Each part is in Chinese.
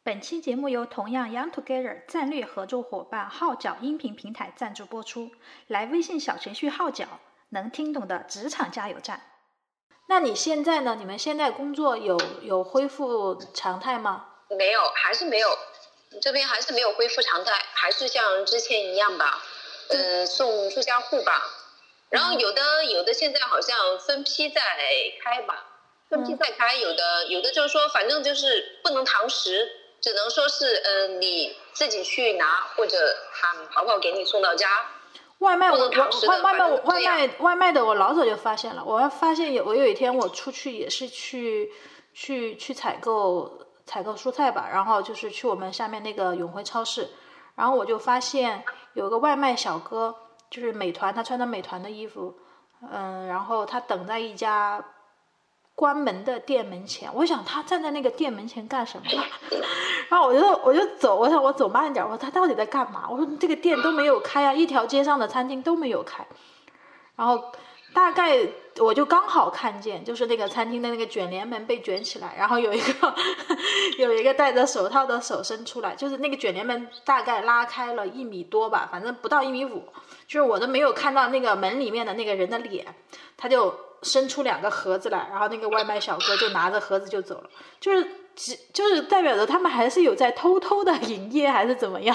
本期节目由同样 Young Together 战略合作伙伴号角音频平台赞助播出。来微信小程序号角，能听懂的职场加油站。那你现在呢？你们现在工作有恢复常态吗？ 没有，还是没有，这边还是没有恢复常态，还是像之前一样吧。送住家户吧。然后有的现在好像分批在开吧，分批在开，有的就是说，反正就是不能堂食。只能说是你自己去拿，或者喊跑跑给你送到家。 外卖的我老早就发现了。我发现我有一天我出去也是去采购蔬菜吧，然后就是去我们下面那个永辉超市，然后我就发现有个外卖小哥，就是美团，他穿的美团的衣服，然后他等在一家关门的店门前。我想他站在那个店门前干什么？然后我就走，我想我走慢一点，我说他到底在干嘛？我说这个店都没有开啊，一条街上的餐厅都没有开。然后大概我就刚好看见，就是那个餐厅的那个卷帘门被卷起来，然后有一个戴着手套的手伸出来，就是那个卷帘门大概拉开了1米多吧，反正不到1.5米，就是我都没有看到那个门里面的那个人的脸，他就伸出2个盒子来，然后那个外卖小哥就拿着盒子就走了，就是代表着他们还是有在偷偷的营业，还是怎么样？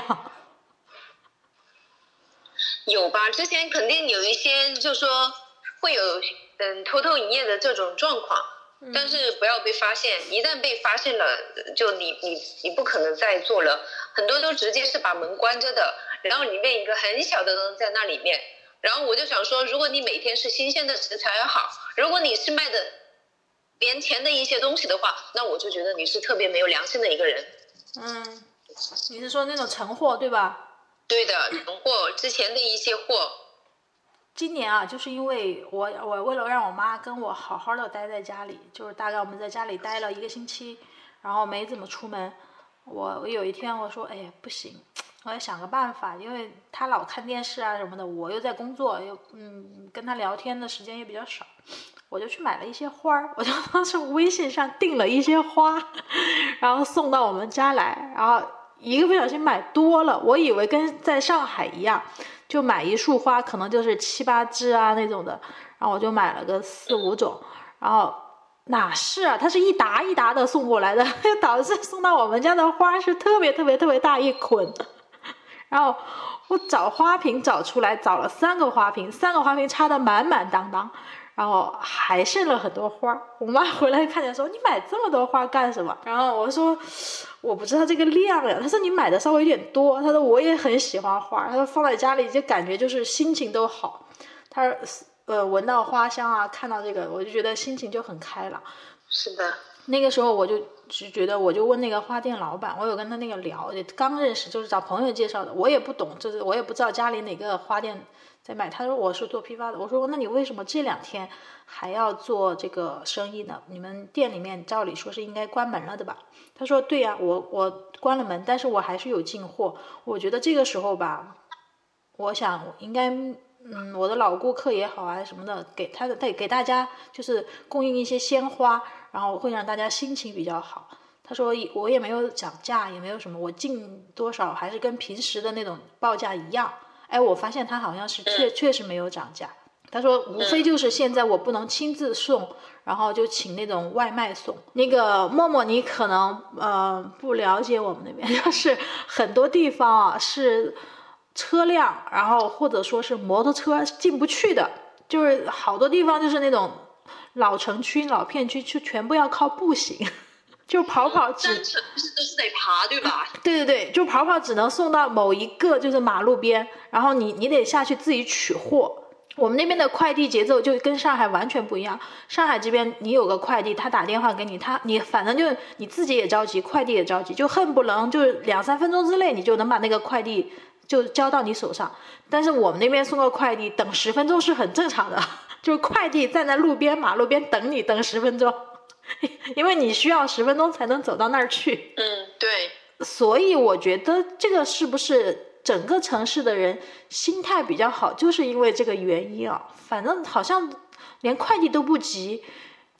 有吧，之前肯定有一些就是说会有偷偷营业的这种状况，但是不要被发现，一旦被发现了，就你不可能再做了。很多都直接是把门关着的，然后里面一个很小的灯在那里面。然后我就想说，如果你每天是新鲜的食材也好，如果你是卖的连钱的一些东西的话，那我就觉得你是特别没有良心的一个人。 你是说那种陈货对吧？ 对的，陈货，之前的一些货。 今年啊，就是因为我为了让我妈跟我好好的待在家里，就是大概我们在家里待了1个星期，然后没怎么出门。我有一天我说，哎呀不行，我要想个办法，因为她老看电视啊什么的，我又在工作，又跟她聊天的时间也比较少，我就去买了一些花，我就当时微信上订了一些花，然后送到我们家来，然后一个不小心买多了，我以为跟在上海一样，就买一束花可能就是7、8支啊那种的，然后我就买了个4、5种，然后哪是啊，它是一沓一沓的送过来的，导致送到我们家的花是特别特别特别大一捆。然后我找花瓶找出来，找了3个花瓶，3个花瓶插得满满当当，然后还剩了很多花。我妈回来看见说，你买这么多花干什么？然后我说我不知道这个量呀。她说你买的稍微有点多。她说我也很喜欢花，她说放在家里就感觉就是心情都好。她说闻到花香啊，看到这个我就觉得心情就很开朗。 是的。 那个时候我就觉得，我就问那个花店老板，我有跟他那个聊，刚认识，就是找朋友介绍的，我也不懂，就是我也不知道家里哪个花店在卖。他说我是做批发的，我说那你为什么这2天还要做这个生意呢？你们店里面照理说是应该关门了的吧？他说对呀，我关了门，但是我还是有进货。我觉得这个时候吧，我想应该我的老顾客也好啊什么的，给大家就是供应一些鲜花，然后会让大家心情比较好。他说我也没有涨价，也没有什么，我进多少还是跟平时的那种报价一样。哎，我发现他好像是确实没有涨价。他说无非就是现在我不能亲自送，然后就请那种外卖送。那个默默你可能不了解我们那边，就是很多地方啊是车辆，然后或者说是摩托车进不去的，就是好多地方就是那种老城区老片区就全部要靠步行，就跑是都是得爬对吧？ 对，就跑只能送到某一个就是马路边，然后你得下去自己取货。我们那边的快递节奏就跟上海完全不一样。上海这边你有个快递，他打电话给你，你反正就你自己也着急，快递也着急，就恨不能就是2、3分钟之内你就能把那个快递就交到你手上。但是我们那边送个快递等10分钟是很正常的，就是快递站在马路边等你等10分钟，因为你需要10分钟才能走到那儿去。 对。 所以我觉得这个是不是整个城市的人心态比较好，就是因为这个原因啊。反正好像连快递都不急，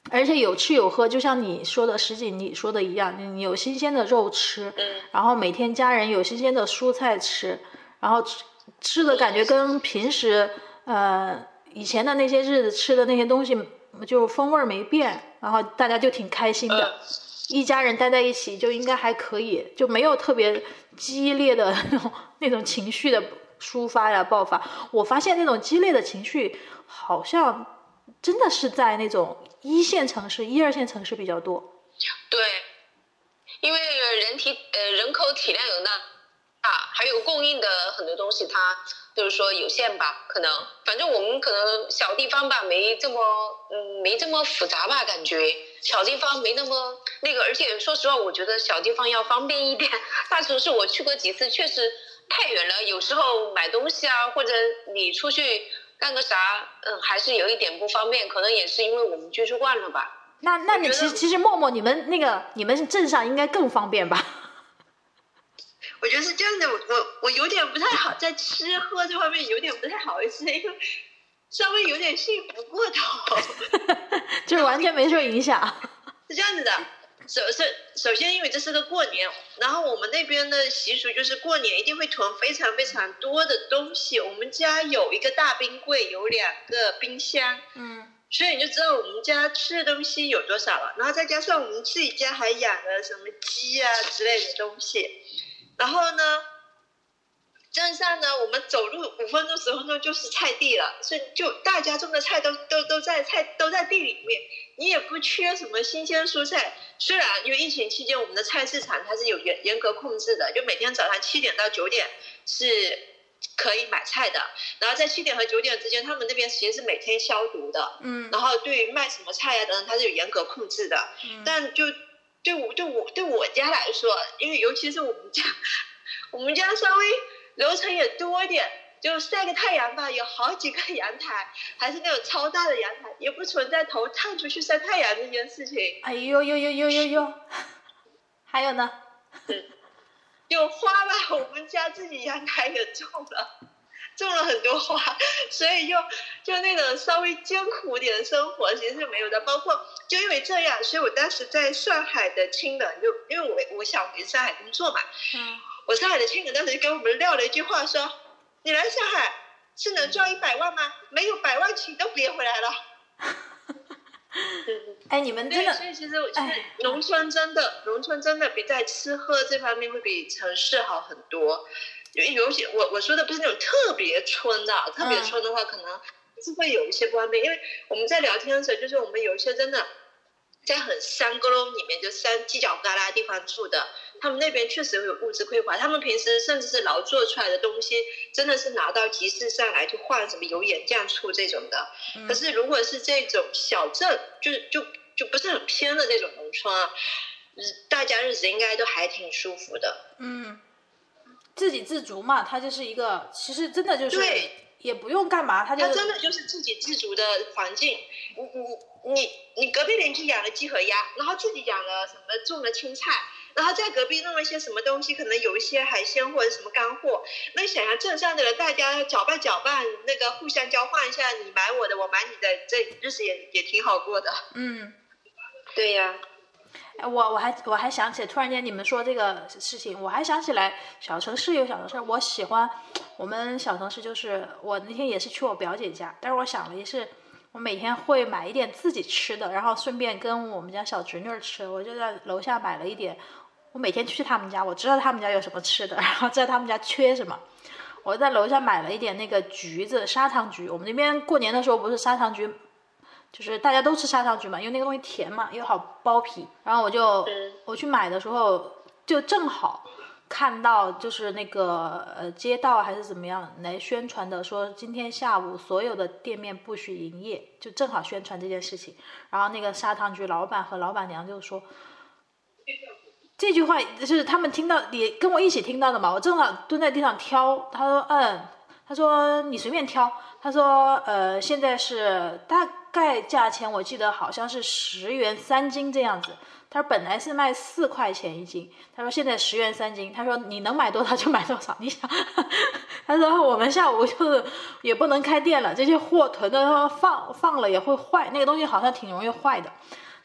而且有吃有喝，就像你说的石锦你说的一样，你有新鲜的肉吃，然后每天家人有新鲜的蔬菜吃，然后吃的感觉跟平时以前的那些日子吃的那些东西就风味没变，然后大家就挺开心的，一家人待在一起就应该还可以，就没有特别激烈的那种情绪的抒发呀爆发。我发现那种激烈的情绪好像真的是在那种1线城市、1、2线城市比较多。 对，因为人口体量有那大，还有供应的很多东西，它就是说有限吧，可能反正我们可能小地方吧，没这么复杂吧，感觉小地方没那么那个，而且说实话，我觉得小地方要方便一点。大城市我去过几次，确实太远了，有时候买东西啊，或者你出去干个啥，还是有一点不方便，可能也是因为我们居住惯了吧。 那你其实默默你们镇上应该更方便吧？ 我觉得是这样的，我有点不太好，在吃喝这方面有点不太好意思，因为稍微有点幸福过头， 就是完全没受影响。 是这样子的，首先因为这是个过年，然后我们那边的习俗就是过年一定会囤非常非常多的东西。我们家有一个大冰柜，有2个冰箱，所以你就知道我们家吃的东西有多少了。然后再加上我们自己家还养了什么鸡啊之类的东西。然后呢，镇上呢，我们走路5分钟10分钟就是菜地了，所以就大家种的菜都在地里面，你也不缺什么新鲜蔬菜。虽然因为疫情期间，我们的菜市场它是有严格控制的，就每天早上7点到9点是可以买菜的，然后在7点和9点之间，他们那边其实是每天消毒的，然后对于卖什么菜呀等等，它是有严格控制的，但就对我家来说，因为尤其是我们家稍微楼层也多一点，就晒个太阳吧，有好几个阳台，还是那种超大的阳台，也不存在头探出去晒太阳这件事情。 哎呦，还有呢？ 有花吧，我们家自己阳台也种了很多花，所以就那种稍微艰苦点的生活其实是没有的。包括就因为这样，所以我当时在上海的亲人，就因为我想回上海工作嘛，我上海的亲人当时就跟我们撂了一句话说：“你来上海是能赚100万吗？没有100万，请都别回来了。” 哎，你们真的， 所以其实农村真的比在吃喝这方面会比城市好很多。尤其我说的不是那种特别村的，特别村的话可能是会有一些不方便，因为我们在聊天的时候，就是我们有一些真的在很山沟窿里面，就山犄角旮旯地方住的，他们那边确实会有物资匮乏，他们平时甚至是劳作出来的东西，真的是拿到集市上来去换什么油盐酱醋这种的。可是如果是这种小镇，就不是很偏的这种农村啊，大家日子应该都还挺舒服的。 自给自足嘛，它就是一个，其实真的就是也不用干嘛，它真的就是自给自足的环境。你隔壁邻居养了鸡和鸭，然后自己养了什么种了青菜，然后在隔壁弄了一些什么东西，可能有一些海鲜或者什么干货。那你想想镇上的人，大家搅拌，那个互相交换一下，你买我的，我买你的，这日子也挺好过的。对呀。 我还想起，突然间你们说这个事情，我还想起来小城市有小城市，我喜欢我们小城市，就是我那天也是去我表姐家，但是我想了也是，我每天会买一点自己吃的，然后顺便跟我们家小侄女吃，我就在楼下买了一点，我每天去他们家，我知道他们家有什么吃的，然后知道他们家缺什么，我在楼下买了一点那个橘子，砂糖橘，我们那边过年的时候不是砂糖橘，就是大家都吃砂糖橘嘛，因为那个东西甜嘛，又好剥皮。然后我去买的时候，就正好看到就是那个街道还是怎么样来宣传的，说今天下午所有的店面不许营业，就正好宣传这件事情。然后那个砂糖橘老板和老板娘就说，这句话就是他们听到，也跟我一起听到的嘛。我正好蹲在地上挑，他说你随便挑，他说现在是大概价钱我记得好像是10元3斤这样子，他说本来是卖4块钱1斤，他说现在10元3斤，他说你能买多少就买多少，你想他说我们下午就是也不能开店了，这些货囤的放了也会坏，那个东西好像挺容易坏的，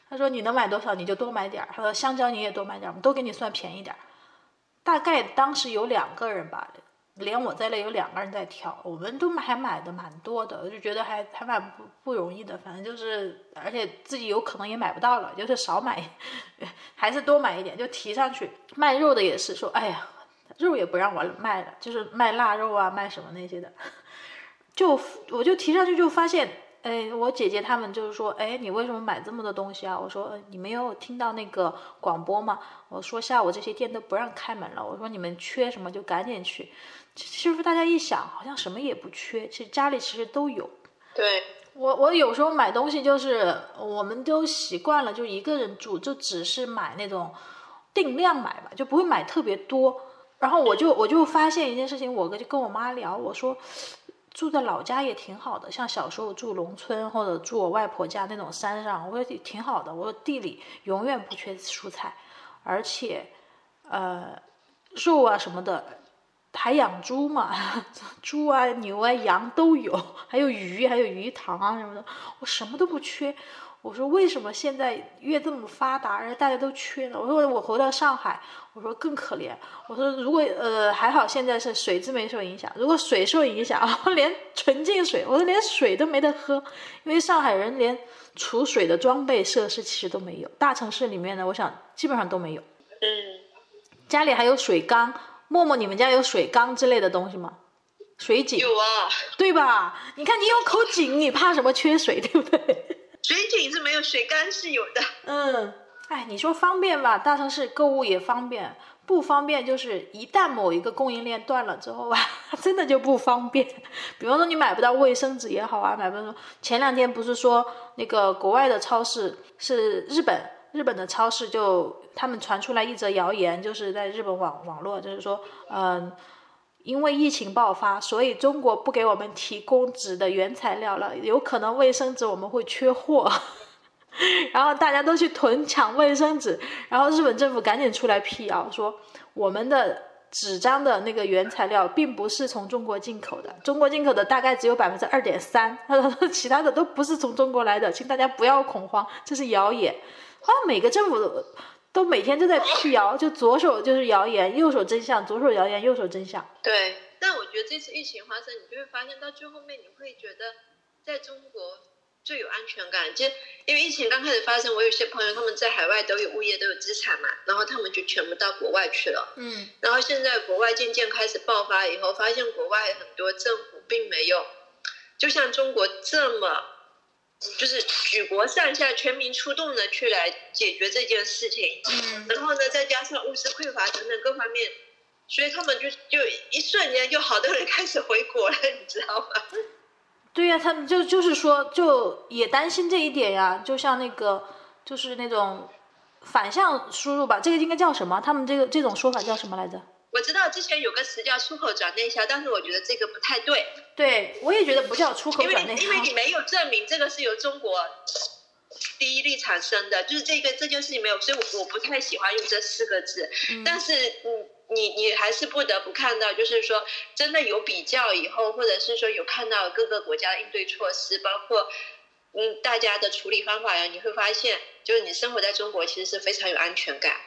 他说你能买多少你就多买点儿，他说香蕉你也多买点儿，我们都给你算便宜点儿。大概当时有2个人吧，连我在内有2个人在挑，我们都还买的蛮多的，我就觉得还蛮不容易的，反正就是而且自己有可能也买不到了，就是少买还是多买一点就提上去。卖肉的也是说哎呀肉也不让我卖了，就是卖腊肉啊卖什么那些的，我就提上去就发现我姐姐他们就是说你为什么买这么多东西啊？我说你没有听到那个广播吗？我说下午这些店都不让开门了，我说你们缺什么就赶紧去。其实大家一想好像什么也不缺，其实家里其实都有。 对， 我有时候买东西就是我们都习惯了就一个人住，就只是买那种定量买吧，就不会买特别多。然后我就发现一件事情，我就跟我妈聊，我说住在老家也挺好的，像小时候住农村或者住我外婆家那种山上，我说挺好的，我说地里永远不缺蔬菜，而且肉啊什么的还养猪嘛，猪啊牛啊羊都有，还有鱼还有鱼塘啊什么的，我什么都不缺。我说为什么现在越这么发达而大家都缺呢？我说我回到上海，我说更可怜。我说如果还好现在是水质没受影响，如果水受影响连纯净水，我说连水都没得喝，因为上海人连储水的装备设施其实都没有，大城市里面呢我想基本上都没有。家里还有水缸，默默你们家有水缸之类的东西吗？水井有啊， 对吧？你看你有口井，你怕什么缺水，对不对？ 水井是没有，水缸是有的。 你说方便吧，大城市购物也方便，不方便就是一旦某一个供应链断了之后吧，真的就不方便。比方说你买不到卫生纸也好啊，买不到。前2天不是说那个国外的超市是日本的超市，就他们传出来一则谣言，就是在日本网络就是说因为疫情爆发，所以中国不给我们提供纸的原材料了，有可能卫生纸我们会缺货然后大家都去抢卫生纸，然后日本政府赶紧出来辟谣说我们的纸张的那个原材料并不是从中国进口的，中国进口的大概只有2.3%，他说其他的都不是从中国来的，请大家不要恐慌，这是谣言。好像每个政府都每天都在辟谣，就左手就是谣言，右手真相，左手谣言，右手真相。 对，但我觉得这次疫情发生，你就会发现到最后面，你会觉得在中国最有安全感。就因为疫情刚开始发生，我有些朋友他们在海外都有物业都有资产嘛，然后他们就全部到国外去了。然后现在国外渐渐开始爆发以后，发现国外很多政府并没有就像中国这么就是举国上下全民出动的去来解决这件事情。然后呢再加上物资匮乏等等各方面，所以他们就一瞬间就好多人开始回国了，你知道吗？ 对呀，他们就是说就也担心这一点呀，就像那个就是那种反向输入吧，这个应该叫什么？他们这种说法叫什么来着？ 我知道之前有个词叫出口转内销，但是我觉得这个不太对。 对，我也觉得不叫出口转内销， 因为你没有证明这个是由中国第一例产生的，就是这件事情没有，所以我不太喜欢用这4个字。但是你还是不得不看到，就是说真的有比较以后，或者是说有看到各个国家的应对措施，包括大家的处理方法呀，你会发现就是你生活在中国其实是非常有安全感。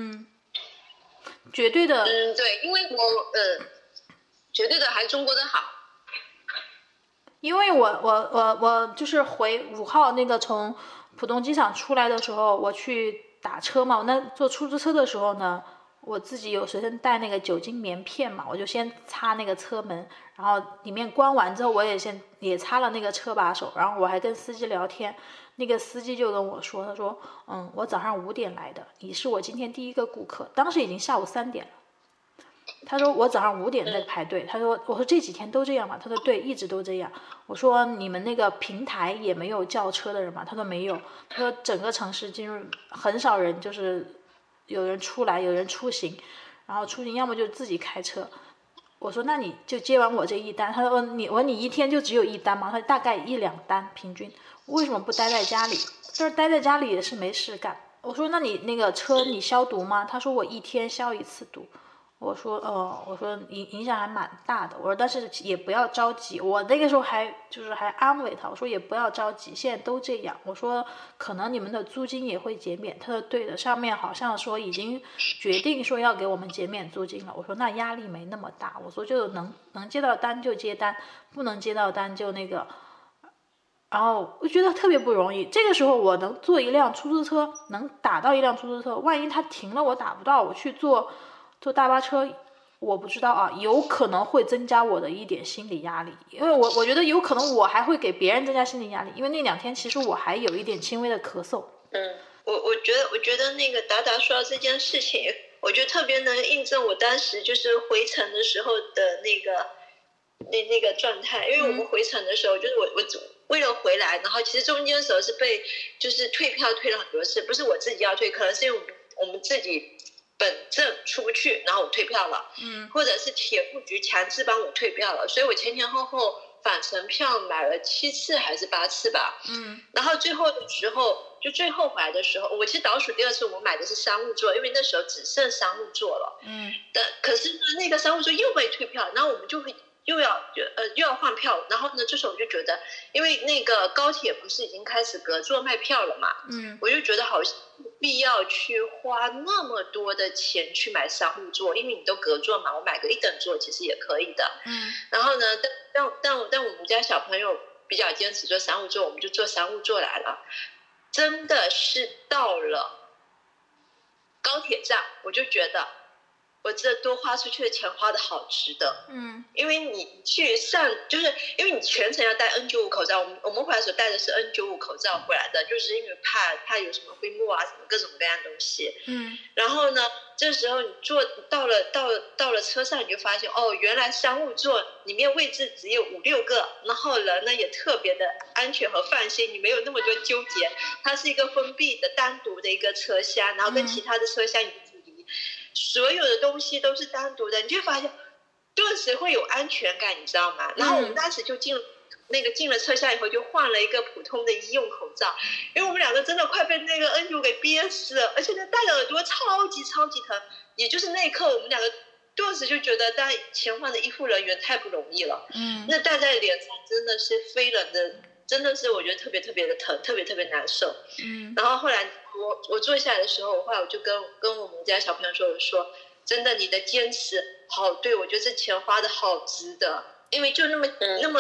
绝对的。 对，因为绝对的还是中国的好。 因为我就是回5号那个从浦东机场出来的时候，我去打车嘛，我那坐出租车的时候呢，我自己有随身带那个酒精棉片嘛，我就先擦那个车门，然后里面关完之后，我也擦了那个车把手，然后我还跟司机聊天，那个司机就跟我说，他说我早上5点来的，你是我今天第一个顾客，当时已经下午3点了。他说我早上5点在排队，他说我说这几天都这样吗？他说对，一直都这样。我说你们那个平台也没有叫车的人吗？他说没有。他说整个城市进入很少人，就是有人出来有人出行，然后出行要么就自己开车。我说那你就接完我这一单。他说我说你一天就只有1单吗？他说大概1-2单平均，为什么不待在家里？就是待在家里也是没事干。我说那你那个车你消毒吗？他说我1天消1次毒。 我说我说影响还蛮大的，我说但是也不要着急，我那个时候还安慰他，我说也不要着急，现在都这样，我说可能你们的租金也会减免。他说对的，上面好像说已经决定说要给我们减免租金了。我说那压力没那么大，我说就能接到单就接单，不能接到单就那个。然后我觉得特别不容易，这个时候我能坐一辆出租车，能打到一辆出租车，万一他停了我打不到，我去坐大巴车，我不知道啊，有可能会增加我的一点心理压力，因为我觉得有可能我还会给别人增加心理压力，因为那2天其实我还有一点轻微的咳嗽。 我觉得那个达达说到这件事情，我觉得特别能印证我当时就是回程的时候的那个状态，因为我们回程的时候，就是我为了回来，然后其实中间的时候是被就是退票退了很多次，不是我自己要退，可能是因为我们自己本证出不去，然后我退票了，或者是铁路局强制帮我退票了，所以我前后返程票买了7次还是8次吧，然后最后的时候，就最后回来的时候，我其实倒数第2次我买的是商务座，因为那时候只剩商务座了，但可是呢那个商务座又被退票，然后我们就会又要换票，然后呢这时候我就觉得，因为那个高铁不是已经开始隔座卖票了嘛，我就觉得好像不必要去花那么多的钱去买商务座，因为你都隔座嘛，我买个1等座其实也可以的，然后呢但我们家小朋友比较坚持坐商务座，我们就坐商务座来了，真的是到了高铁站我就觉得我这多花出去的钱花的好值得，因为你去上，就是因为你全程要戴 N95 口罩，我们回来时候戴的是 N95 口罩回来的，就是因为怕有什么飞沫啊，什么各种各样的东西。然后呢，这时候你到了车上，你就发现哦，原来商务座里面位置只有5、6个，然后人呢也特别的安全和放心，你没有那么多纠结，它是一个封闭的单独的一个车厢，然后跟其他的车厢有距离。所有的东西都是单独的，你就发现顿时会有安全感，你知道吗？然后我们当时就进了车厢以后，就换了一个普通的医用口罩，因为我们2个真的快被那个 N95 给憋死了，而且那戴着耳朵超级疼。也就是那一刻，我们2个顿时就觉得当前方的医护人员太不容易了。那戴在脸上真的是非人的，真的是我觉得特别的疼，特别难受。然后后来我坐下来的时候，后来我就跟我们家小朋友说，我说真的你的坚持好对，我觉得这钱花的好值得，因为就那么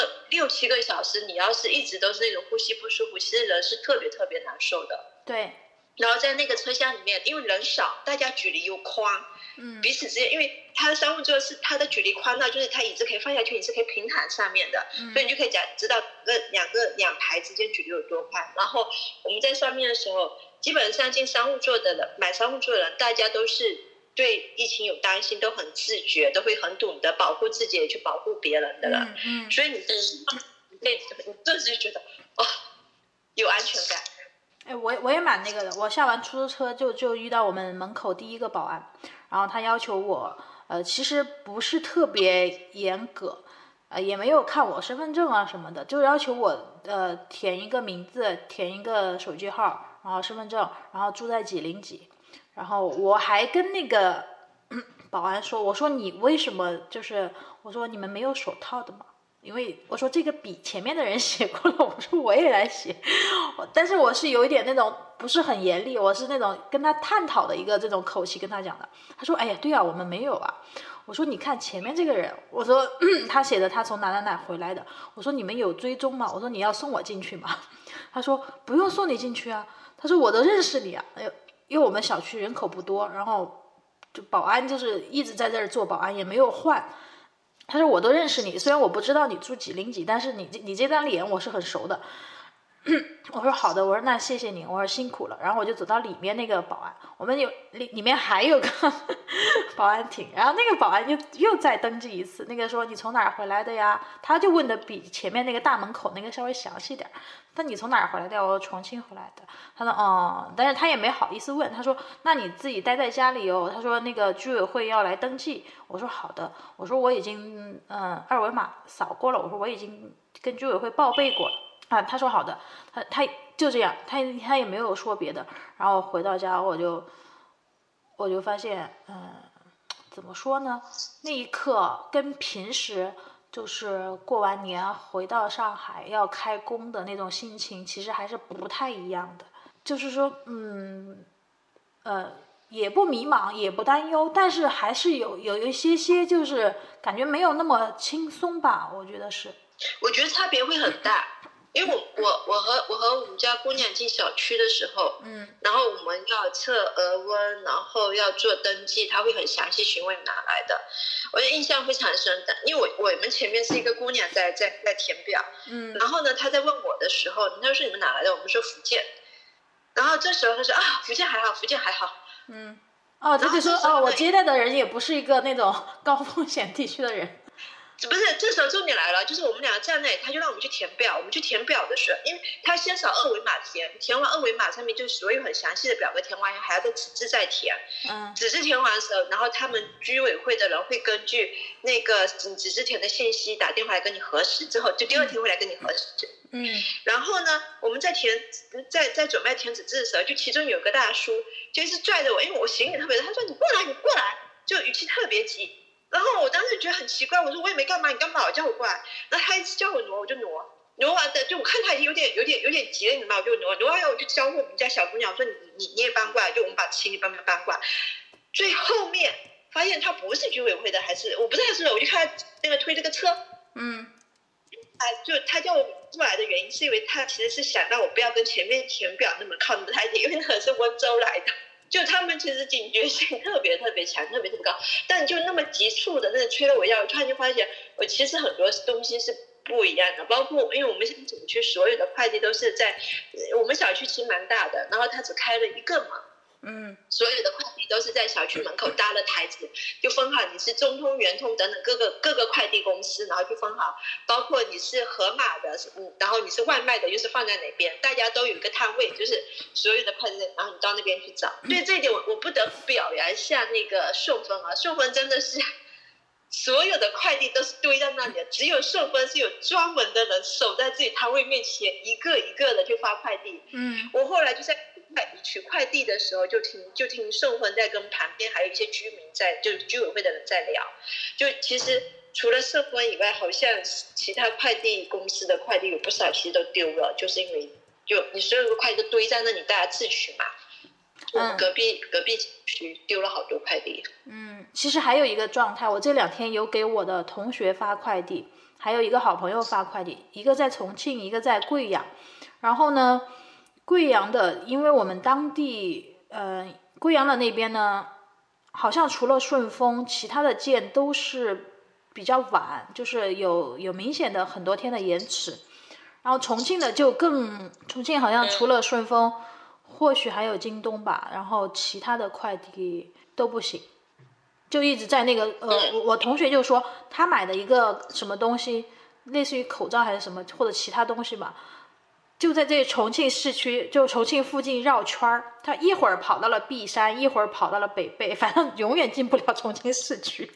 6、7个小时，你要是一直都是那种呼吸不舒服，其实人是特别难受的。 对。 然后在那个车厢里面，因为人少，大家距离又宽，彼此之间，因为它的商务座是它的距离宽到，就是它椅子可以放下去，你是可以平躺上面的，所以你就可以知道两排之间距离有多宽。然后我们在上面的时候，基本上进商务座的人，买商务座的人，大家都是对疫情有担心，都很自觉，都会很懂得保护自己，也去保护别人的人。所以你顿时就觉得有安全感。 我也蛮那个的，我下完出租车就遇到我们门口第一个保安，然后他要求我，其实不是特别严格，也没有看我身份证啊什么的，就要求我填一个名字，填一个手机号，然后身份证，然后住在几零几，然后我还跟那个保安说，我说你为什么我说你们没有手套的吗？因为我说这个笔前面的人写过了，我说我也来写，但是我是有一点那种不是很严厉，我是那种跟他探讨的一个这种口气跟他讲的。他说哎呀对啊，我们没有啊。我说你看前面这个人，我说他写的他从哪回来的，我说你们有追踪吗？我说你要送我进去吗？他说不用送你进去啊，他说我都认识你啊，因为我们小区人口不多，然后就保安就是一直在这儿做保安，也没有换。他说我都认识你，虽然我不知道你住几零几，但是你这张脸我是很熟的。我说好的，我说那谢谢你，我说辛苦了。然后我就走到里面那个保安，我们里面还有个保安亭，然后那个保安又再登记一次，那个说你从哪儿回来的呀？他就问的比前面那个大门口那个稍微详细点。但你从哪儿回来的？我说重庆回来的。他说但是他也没好意思问，他说那你自己待在家里哦。他说那个居委会要来登记。我说好的，我说我已经2维码扫过了，我说我已经跟居委会报备过了。他说好的，他就这样，他也没有说别的。然后回到家我就发现， 怎么说呢？那一刻跟平时就是过完年回到上海要开工的那种心情，其实还是不太一样的。就是说，也不迷茫，也不担忧，但是还是有一些，就是感觉没有那么轻松吧，我觉得是。 我觉得差别会很大，因为我和我们家姑娘进小区的时候，然后我们要测额温，然后要做登记，她会很详细询问哪来的，我印象非常深的，因为我们前面是一个姑娘在填表，然后呢她在问我的时候，她说你们哪来的，我们说福建，然后这时候她说啊福建还好，福建还好， 他就说我接待的人也不是一个那种高风险地区的人。 不是，这时候重点来了，就是我们两个站那里，他就让我们去填表。我们去填表的时候，因为他先扫二维码填完二维码上面就所有很详细的表格填完，还要在纸质再填。纸质填完的时候，然后他们居委会的人会根据那个纸质填的信息打电话来跟你核实，之后就第二天会来跟你核实。然后呢，我们在准备填纸质的时候，就其中有个大叔就一直拽着我，因为我行李特别多，他说你过来，就语气特别急。然后我当时觉得很奇怪，我说我也没干嘛，你干嘛老叫我过来？然后他一直叫我挪，我就挪完的，就我看他已经有点急了，你知道吗？我就挪完后我就招呼我们家小姑娘，我说你也搬过来，就我们把行李搬过来。最后面发现他不是居委会的，还是我不知道是，我就看他那个推这个车，就他叫我过来的原因是因为他其实是想让我不要跟前面填表那么靠那么太近，因为那个是温州来的。就他们其实警觉性特别强，特别高，但就那么急促的那催了我要，我突然就发现我其实很多东西是不一样的，包括因为我们小区所有的快递都是在我们小区其实蛮大的，然后他只开了一个嘛，所有的快递都是在小区门口搭了台子，就分好你是中通、圆通等等各个快递公司，然后就分好，包括你是盒马的，然后你是外卖的，又是放在哪边，大家都有一个摊位，就是所有的快递，然后你到那边去找。对这一点我不得不表扬一下那个顺丰啊，顺丰真的是所有的快递都是堆在那里的，只有顺丰是有专门的人守在自己摊位面前，一个一个的去发快递。我后来就在取快递的时候，就听顺丰在跟旁边还有一些居民就是居委会的人在聊，就其实除了顺丰以外，好像其他快递公司的快递有不少其实都丢了，就是因为就你所有的快递都堆在那里，大家自取嘛。我们隔壁区丢了好多快递。 其实还有一个状态，我这2天有给我的同学发快递，还有一个好朋友发快递，一个在重庆，一个在贵阳。然后呢，贵阳的，因为我们当地贵阳的那边呢，好像除了顺丰，其他的件都是比较晚，就是有明显的很多天的延迟。然后重庆的重庆好像除了顺丰，或许还有京东吧，然后其他的快递都不行，就一直在那个我同学就说他买的一个什么东西，类似于口罩还是什么或者其他东西吧，就在这重庆市区，就重庆附近绕圈儿，他一会儿跑到了璧山，一会儿跑到了北碚，反正永远进不了重庆市区。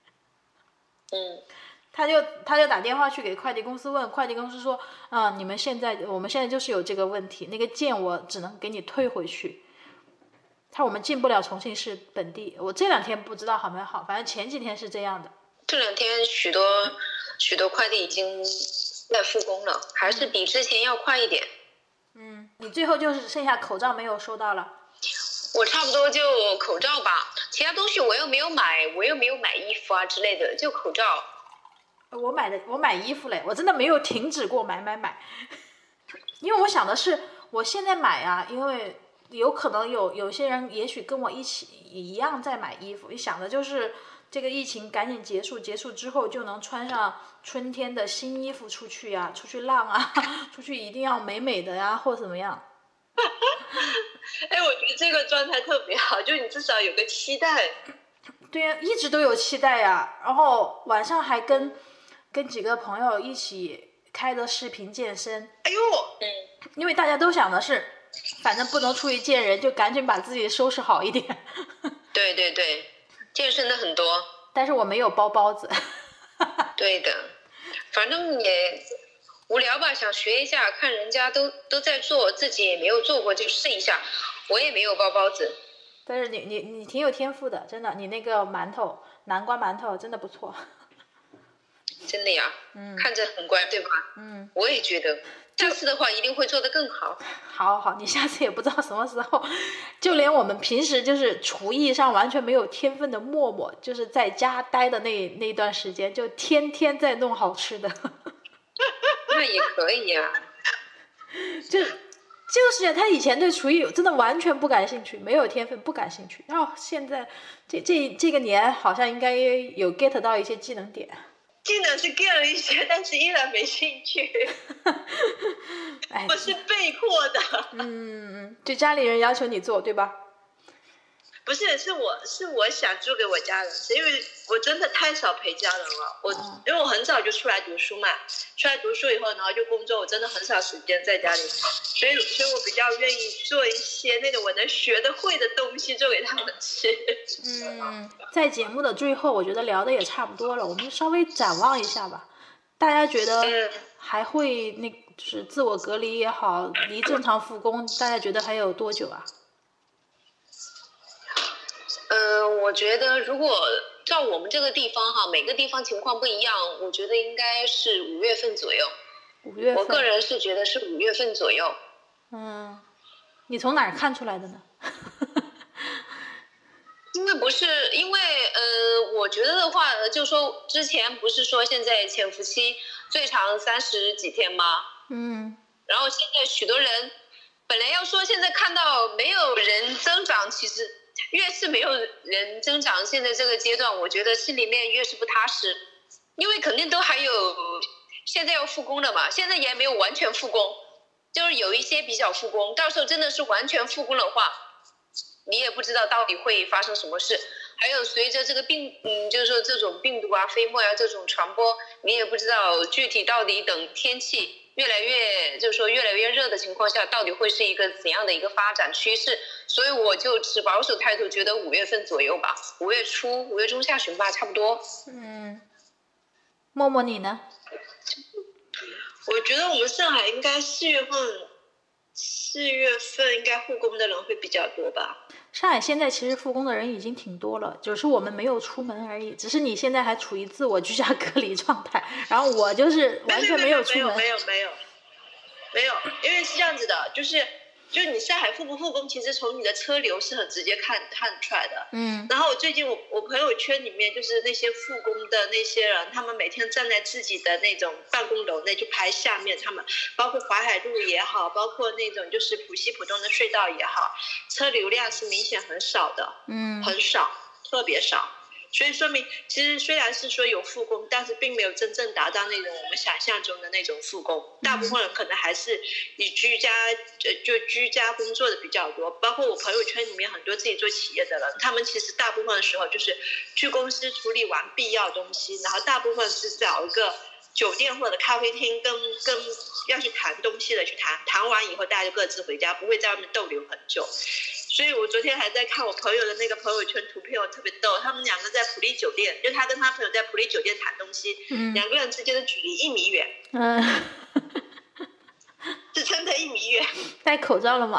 他就打电话去给快递公司问，快递公司说我们现在就是有这个问题，那个件我只能给你退回去。我们进不了重庆市本地。我这2天不知道好没好，反正前几天是这样的。 这2天许多快递已经在复工了，还是比之前要快一点。 你最后就是剩下口罩没有收到了。 我差不多就口罩吧，其他东西我又没有买衣服啊之类的，就口罩。 我买衣服嘞，我真的没有停止过买，因为我想的是，我现在买啊，因为有可能有些人也许跟我一样在买衣服，想的就是这个疫情赶紧结束之后就能穿上春天的新衣服出去啊，出去浪啊，出去一定要美美的呀，或怎么样。 我觉得这个状态特别好，就你至少有个期待。 对呀，一直都有期待呀，然后晚上还跟几个朋友一起开的视频健身。因为大家都想的是反正不能出去见人，就赶紧把自己收拾好一点。 对，健身的很多， 但是我没有包包子。 对的，反正也无聊吧，想学一下，看人家都在做，自己也没有做过，就试一下。我也没有包包子。 但是你挺有天赋的，真的，你那个馒头南瓜馒头真的不错。 真的呀，看着很乖，对吧？我也觉得，下次的话一定会做得更好。 好，你下次也不知道什么时候，就连我们平时就是厨艺上完全没有天分的默默，就是在家待的那段时间，就天天在弄好吃的。 那也可以呀。 就是他以前对厨艺真的完全不感兴趣，没有天分，不感兴趣。然后现在这个年好像应该有 get 到一些技能点。 技能是 get 了一些，但是依然没兴趣。我是被迫的。 就家里人要求你做，对吧？ 不是，是我想做给我家人，是因为我真的太少陪家人了。因为我很早就出来读书嘛，出来读书以后，然后就工作，我真的很少时间在家里，所以我比较愿意做一些那种我能学得会的东西做给他们吃。 在节目的最后，我觉得聊的也差不多了，我们稍微展望一下吧。大家觉得还会就是自我隔离也好，离正常复工，大家觉得还有多久啊？ 我觉得如果照我们这个地方哈，每个地方情况不一样，我觉得应该是5月份左右。 5月份， 我个人是觉得是5月份左右。 你从哪儿看出来的呢？ 因为我觉得的话，就说之前不是说现在潜伏期最长30几天吗？然后现在许多人本来要说现在看到没有人增长，其实越是没有人增长，现在这个阶段，我觉得心里面越是不踏实，因为肯定都还有现在要复工了嘛，现在也没有完全复工，就是有一些比较复工，到时候真的是完全复工的话，你也不知道到底会发生什么事。还有随着这个就是说这种病毒啊、飞沫啊这种传播，你也不知道具体到底等天气越来越热的情况下，到底会是一个怎样的一个发展趋势。所以我就持保守态度，觉得5月份左右吧，5月初、5月中下旬吧，差不多。 默默你呢？ 我觉得我们上海应该4月份应该复工的人会比较多吧。 上海现在其实复工的人已经挺多了，只是我们没有出门而已。只是你现在还处于自我居家隔离状态，然后我就是完全没有出门。 没有，因为是这样子的，就是你上海复不复工，其实从你的车流是很直接看出来的。然后最近我朋友圈里面就是那些复工的那些人，他们每天站在自己的那种办公楼内去拍下面，他们包括淮海路也好，包括那种就是浦西浦东的隧道也好，车流量是明显很少的。很少，特别少。所以说明其实虽然是说有复工，但是并没有真正达到那种我们想象中的那种复工。大部分人可能还是以居家工作的比较多，包括我朋友圈里面很多自己做企业的人，他们其实大部分的时候就是去公司处理完必要东西，然后大部分是找一个酒店或者咖啡厅跟要去谈东西的去谈完以后大家就各自回家，不会在外面逗留很久。所以我昨天还在看我朋友的那个朋友圈图片，我特别逗，他们2个在普利酒店，就他跟他朋友在普利酒店谈东西，2个人之间的距离1米远。是真的1米远。 戴口罩了吗？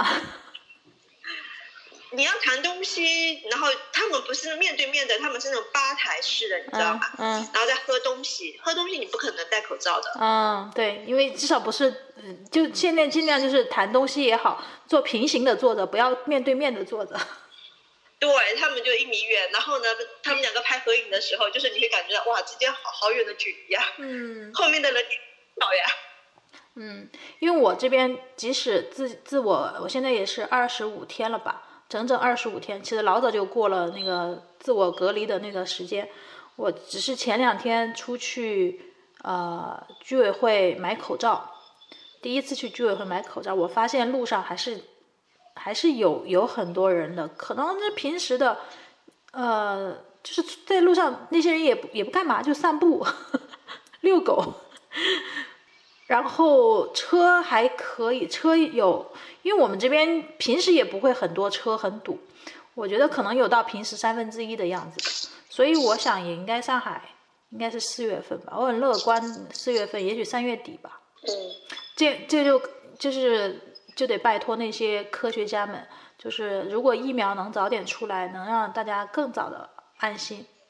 你要谈东西，然后他们不是面对面的，他们是那种吧台式的，你知道吗？然后再喝东西你不可能戴口罩的。 对，因为至少不是，就现在尽量就是谈东西也好，做平行的坐着，不要面对面的坐着。 对，他们就1米远，然后呢，他们2个拍合影的时候，就是你会感觉到哇，之间好远的距离呀。后面的人好呀。 因为我这边即使我现在也是25天了吧。整整25天，其实老早就过了那个自我隔离的那个时间。我只是前2天出去居委会买口罩，第一次去居委会买口罩，我发现路上还是有很多人的，可能是平时的就是在路上那些人也不干嘛，就散步遛狗。然后车还可以，车有，因为我们这边平时也不会很多车很堵，我觉得可能有到平时1/3的样子，所以我想也应该上海应该是4月份吧，我很乐观4月份，也许3月底吧。这就得拜托那些科学家们，就是如果疫苗能早点出来，能让大家更早的安心。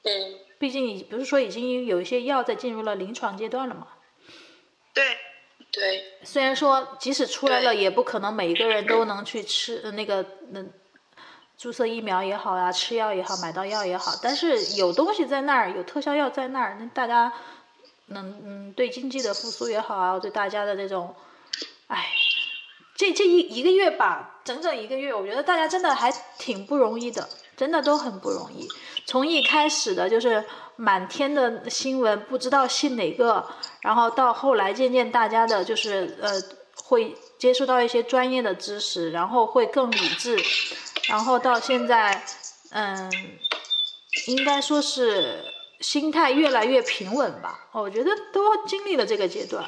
毕竟你不是说已经有一些药在进入了临床阶段了吗？ 对。 虽然说即使出来了，也不可能每一个人都能去吃注射疫苗也好啊，吃药也好，买到药也好，但是有东西在那儿，有特效药在那儿，那大家对经济的复苏也好啊，对大家的这种，这一个月吧，整整一个月，我觉得大家真的还挺不容易的，真的都很不容易。从一开始的就是满天的新闻，不知道信哪个，然后到后来渐渐大家的就是会接触到一些专业的知识，然后会更理智，然后到现在应该说是心态越来越平稳吧，我觉得都经历了这个阶段。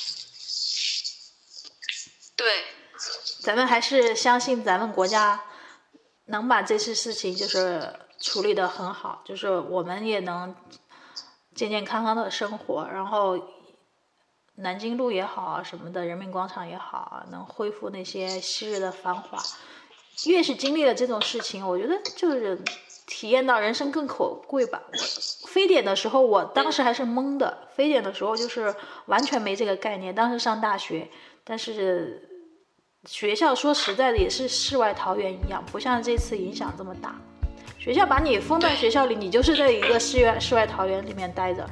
对， 咱们还是相信咱们国家能把这次事情就是处理得很好，就是我们也能健健康康的生活，然后南京路也好啊什么的，人民广场也好啊，能恢复那些昔日的繁华。越是经历了这种事情，我觉得就是体验到人生更可贵吧。非典的时候我当时还是懵的，非典的时候就是完全没这个概念，当时上大学，但是学校说实在的也是世外桃源一样，不像这次影响这么大。学校把你封在学校里，你就是在一个世外桃源里面待着。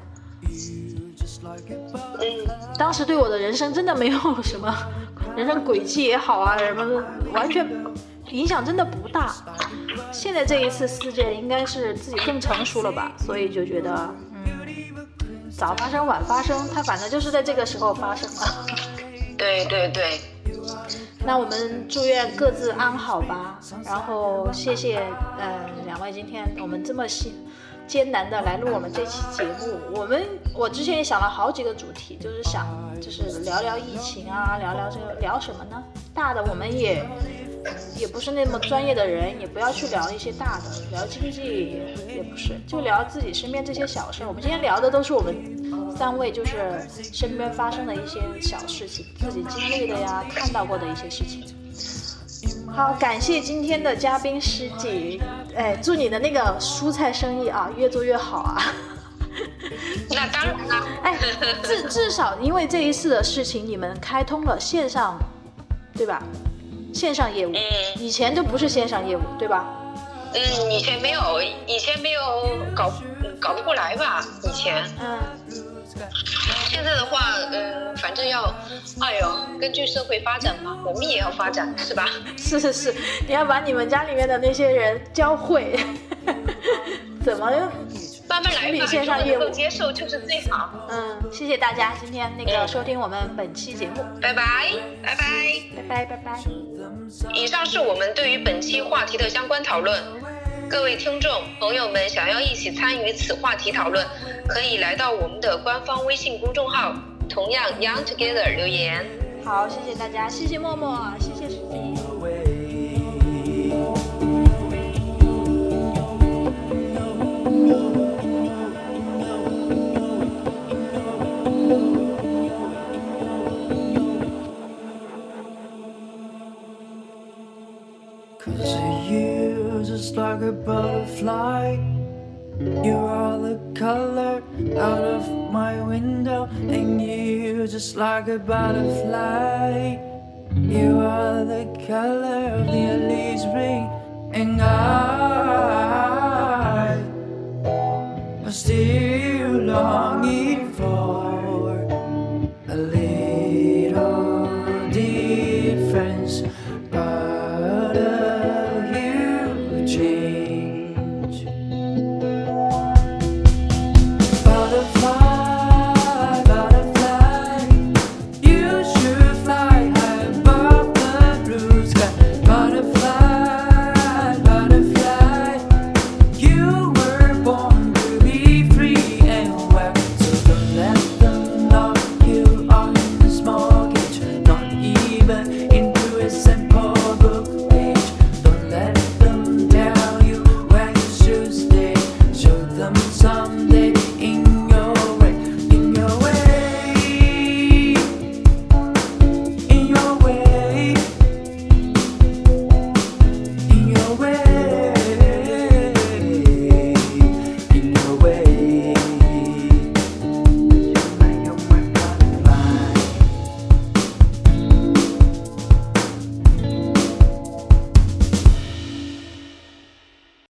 当时对我的人生真的没有什么人生轨迹也好啊什么的，完全影响真的不大。现在这一次事件应该是自己更成熟了吧，所以就觉得早发生晚发生，它反正就是在这个时候发生了。 对对对。 那我们祝愿各自安好吧，然后谢谢两位今天我们这么艰难的来录我们这期节目。我之前也想了好几个主题，就是聊聊疫情啊，聊聊这个聊什么呢？大的我们也不是那么专业的人，也不要去聊一些大的，聊经济也不是，就聊自己身边这些小事。我们今天聊的都是我们三位就是身边发生的一些小事情，自己经历的呀，看到过的一些事情。好，感谢今天的嘉宾师姐，祝你的那个蔬菜生意啊越做越好啊。 那当然了。 至少因为这一次的事情，你们开通了线上，对吧？线上业务，以前都不是线上业务，对吧？ 以前没有搞不过来吧？以前。现在的话，反正要，根据社会发展嘛，我们也要发展，是吧？ 是，你要把你们家里面的那些人教会，怎么慢慢来吧， 线上业务能够接受就是最好。 谢谢大家今天收听我们本期节目， 拜拜。以上是我们对于本期话题的相关讨论。各位听众朋友们，想要一起参与此话题讨论，可以来到我们的官方微信公众号，同样 Young Together 留言。 好，谢谢大家，谢谢默默，谢谢师姐。 Just like a butterfly, you are the color out of my window, and you just like a butterfly, you are the color of the leaves ring, and I'm still longing for